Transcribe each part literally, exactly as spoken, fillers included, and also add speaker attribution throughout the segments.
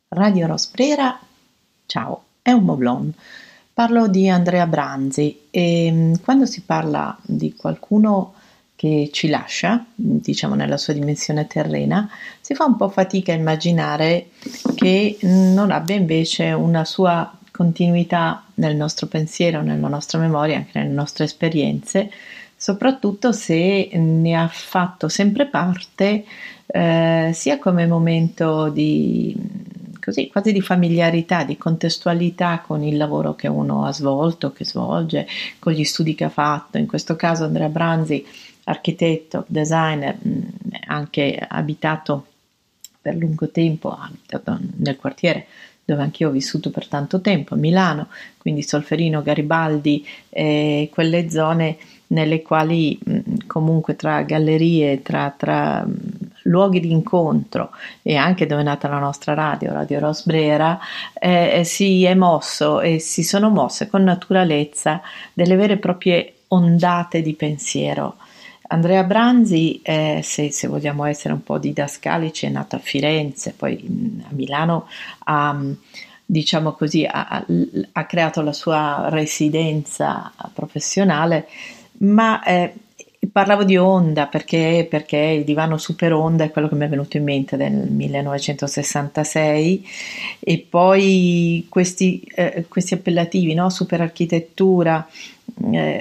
Speaker 1: Radio Rosbrera, ciao, è un Moblon. Parlo di Andrea Branzi e mh, quando si parla di qualcuno che ci lascia, diciamo nella sua dimensione terrena, si fa un po' fatica a immaginare che non abbia invece una sua continuità nel nostro pensiero, nella nostra memoria, anche nelle nostre esperienze, soprattutto se ne ha fatto sempre parte, eh, sia come momento di così quasi di familiarità, di contestualità con il lavoro che uno ha svolto, che svolge, con gli studi che ha fatto. In questo caso Andrea Branzi, architetto, designer, mh, anche abitato per lungo tempo, ha abitato nel quartiere dove anch'io ho vissuto per tanto tempo, a Milano, quindi Solferino, Garibaldi, eh, quelle zone nelle quali mh, comunque tra gallerie, tra, tra mh, luoghi di incontro e anche dove è nata la nostra radio, Radio Rosbrera, eh, si è mosso e si sono mosse con naturalezza delle vere e proprie ondate di pensiero. Andrea Branzi, eh, se, se vogliamo essere un po' didascalici, è nato a Firenze, poi mh, a Milano ha, diciamo così, ha, ha creato la sua residenza professionale, ma eh, parlavo di onda perché, perché il divano super onda è quello che mi è venuto in mente nel millenovecentosessantasei, e poi questi, eh, questi appellativi, no? Super architettura, eh,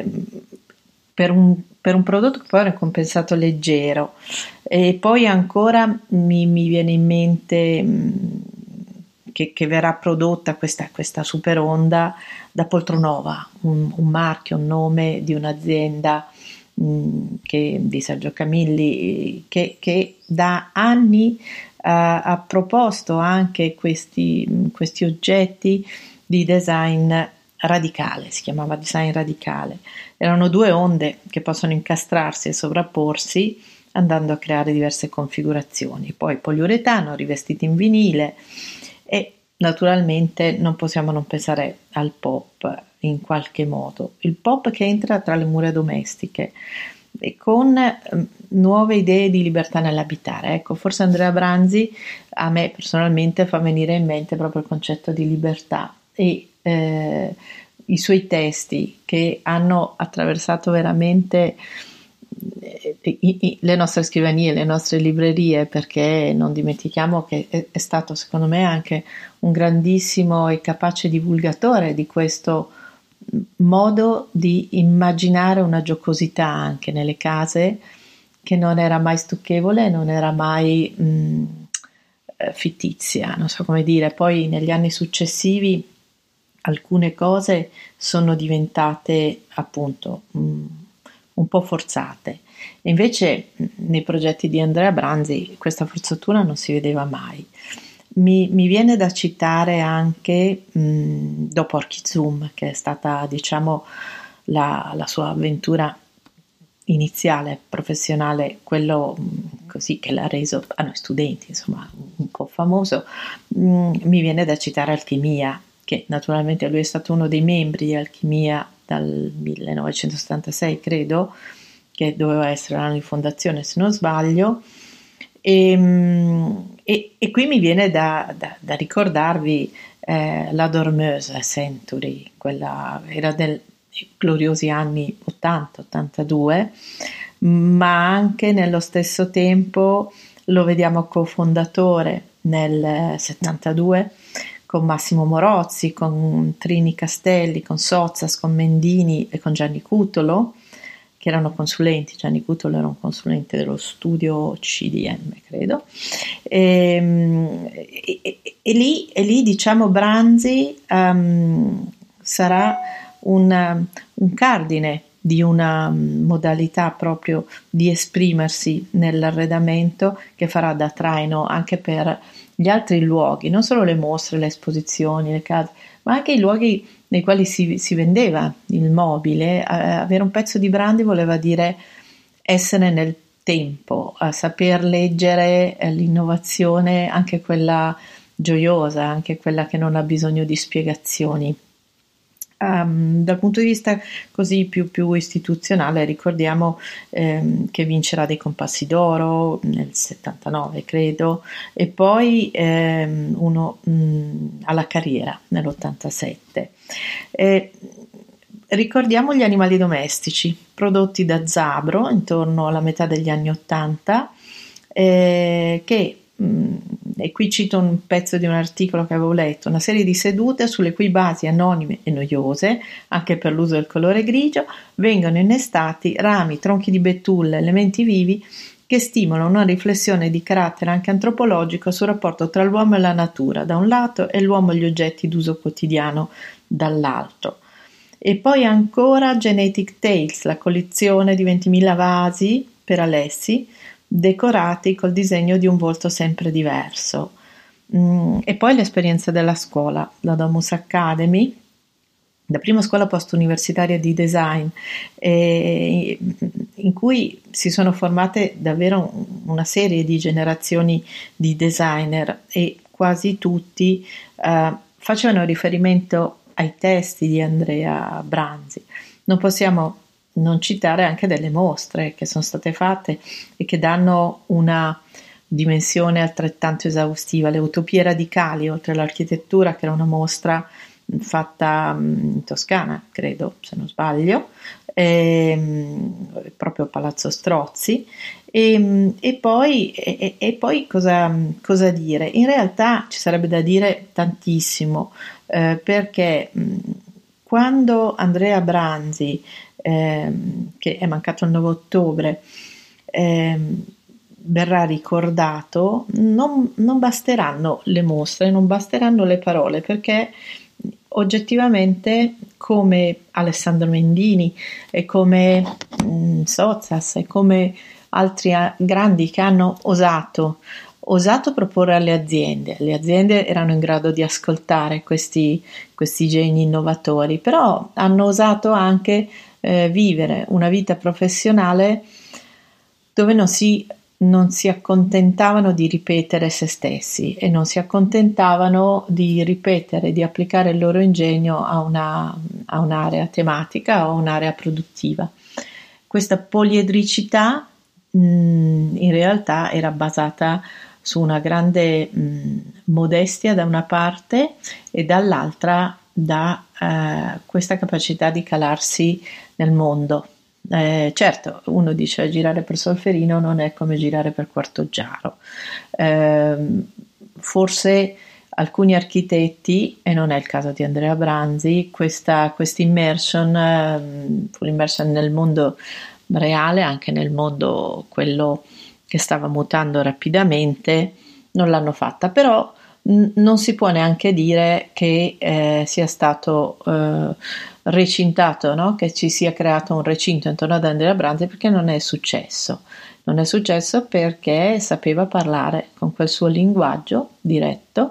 Speaker 1: per un, per un prodotto che poi era compensato leggero. E poi ancora mi, mi viene in mente mh, che, che verrà prodotta questa, questa super onda da Poltronova, un, un marchio, un nome di un'azienda mh, che, di Sergio Camilli, che, che da anni ha, ha proposto anche questi, questi oggetti di design radicale, si chiamava design radicale. Erano due onde che possono incastrarsi e sovrapporsi andando a creare diverse configurazioni, poi poliuretano rivestiti in vinile, e naturalmente non possiamo non pensare al pop in qualche modo, il pop che entra tra le mura domestiche e con eh, nuove idee di libertà nell'abitare. Ecco, forse Andrea Branzi a me personalmente fa venire in mente proprio il concetto di libertà e eh, i suoi testi che hanno attraversato veramente eh, i, i, le nostre scrivanie, le nostre librerie, perché non dimentichiamo che è, è stato secondo me anche un grandissimo e capace divulgatore di questo modo di immaginare una giocosità anche nelle case, che non era mai stucchevole, non era mai mh, fittizia, non so come dire. Poi negli anni successivi alcune cose sono diventate appunto mh, un po' forzate. E invece nei progetti di Andrea Branzi questa forzatura non si vedeva mai. Mi, mi viene da citare anche mh, dopo Orchizoom, che è stata diciamo la, la sua avventura iniziale, professionale, quello mh, così che l'ha reso a noi studenti, insomma, un po' famoso. Mh, mi viene da citare Alchimia, che naturalmente lui è stato uno dei membri di Alchimia dal millenovecentosettantasei, credo, che doveva essere l'anno di fondazione se non sbaglio, e, e, e qui mi viene da, da, da ricordarvi eh, la Dormeuse Century, quella era del gloriosi anni ottanta ottantadue, ma anche nello stesso tempo lo vediamo cofondatore nel settantadue con Massimo Morozzi, con Trini Castelli, con Sozzas, con Mendini e con Gianni Cutolo, che erano consulenti. Gianni Cutolo era un consulente dello studio C D M, credo. E, e, e, lì, e lì, diciamo, Branzi um, sarà un, un cardine di una modalità proprio di esprimersi nell'arredamento che farà da traino anche per gli altri luoghi, non solo le mostre, le esposizioni, le case, ma anche i luoghi nei quali si, si vendeva il mobile. Eh, avere un pezzo di Branzi voleva dire essere nel tempo, a saper leggere eh, l'innovazione, anche quella gioiosa, anche quella che non ha bisogno di spiegazioni. Um, dal punto di vista così più, più istituzionale, ricordiamo ehm, che vincerà dei Compassi d'Oro nel settantanove, credo, e poi ehm, uno mh, alla Carriera nell'ottantasette. E ricordiamo gli animali domestici prodotti da Zabro intorno alla metà degli anni ottanta, eh, che e qui cito un pezzo di un articolo che avevo letto: una serie di sedute sulle cui basi anonime e noiose, anche per l'uso del colore grigio, vengono innestati rami, tronchi di betulle, elementi vivi che stimolano una riflessione di carattere anche antropologico sul rapporto tra l'uomo e la natura da un lato e l'uomo e gli oggetti d'uso quotidiano dall'altro. E poi ancora Genetic Tales, la collezione di ventimila vasi per Alessi, decorati col disegno di un volto sempre diverso. Mm, e poi l'esperienza della scuola, la Domus Academy, la prima scuola post-universitaria di design, eh, in cui si sono formate davvero una serie di generazioni di designer, e quasi tutti eh, facevano riferimento ai testi di Andrea Branzi. Non possiamo non citare anche delle mostre che sono state fatte e che danno una dimensione altrettanto esaustiva. Le Utopie radicali, oltre all'architettura, che era una mostra fatta in Toscana, credo, se non sbaglio, ehm, proprio a Palazzo Strozzi. E, e poi, e, e poi cosa, cosa dire? In realtà ci sarebbe da dire tantissimo, eh, perché mh, quando Andrea Branzi, ehm, che è mancato il nove ottobre, ehm, verrà ricordato, non, non basteranno le mostre, non basteranno le parole, perché oggettivamente, come Alessandro Mendini e come mh, Sozzas e come altri a- grandi che hanno osato osato proporre alle aziende, le aziende erano in grado di ascoltare questi, questi geni innovatori, però hanno osato anche eh, vivere una vita professionale dove non si non si accontentavano di ripetere se stessi e non si accontentavano di ripetere, di applicare il loro ingegno a, una, a un'area tematica o a un'area produttiva. Questa poliedricità mh, in realtà era basata su una grande mh, modestia da una parte e dall'altra da eh, questa capacità di calarsi nel mondo. Eh, certo, uno dice girare per Solferino non è come girare per Quartoggiaro. Eh, forse alcuni architetti, e non è il caso di Andrea Branzi, questa immersion, eh, full immersion nel mondo reale, anche nel mondo quello che stava mutando rapidamente, non l'hanno fatta, però n- non si può neanche dire che eh, sia stato eh, recintato, no? Che ci sia creato un recinto intorno ad Andrea Branzi, perché non è successo. Non è successo perché sapeva parlare con quel suo linguaggio diretto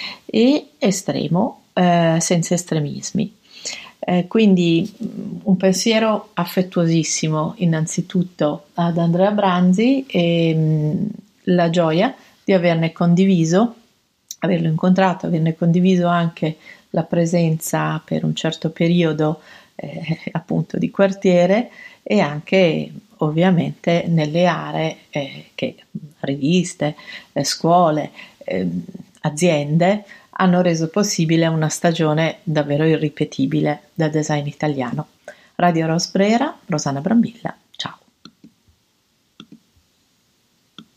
Speaker 1: e estremo, eh, senza estremismi. Eh, quindi un pensiero affettuosissimo innanzitutto ad Andrea Branzi e mh, la gioia di averne condiviso, averlo incontrato, averne condiviso anche la presenza per un certo periodo eh, appunto di quartiere e anche ovviamente nelle aree eh, che riviste, eh, scuole, eh, aziende hanno reso possibile una stagione davvero irripetibile del design italiano. Radio Rosbrera, Rosanna Brambilla.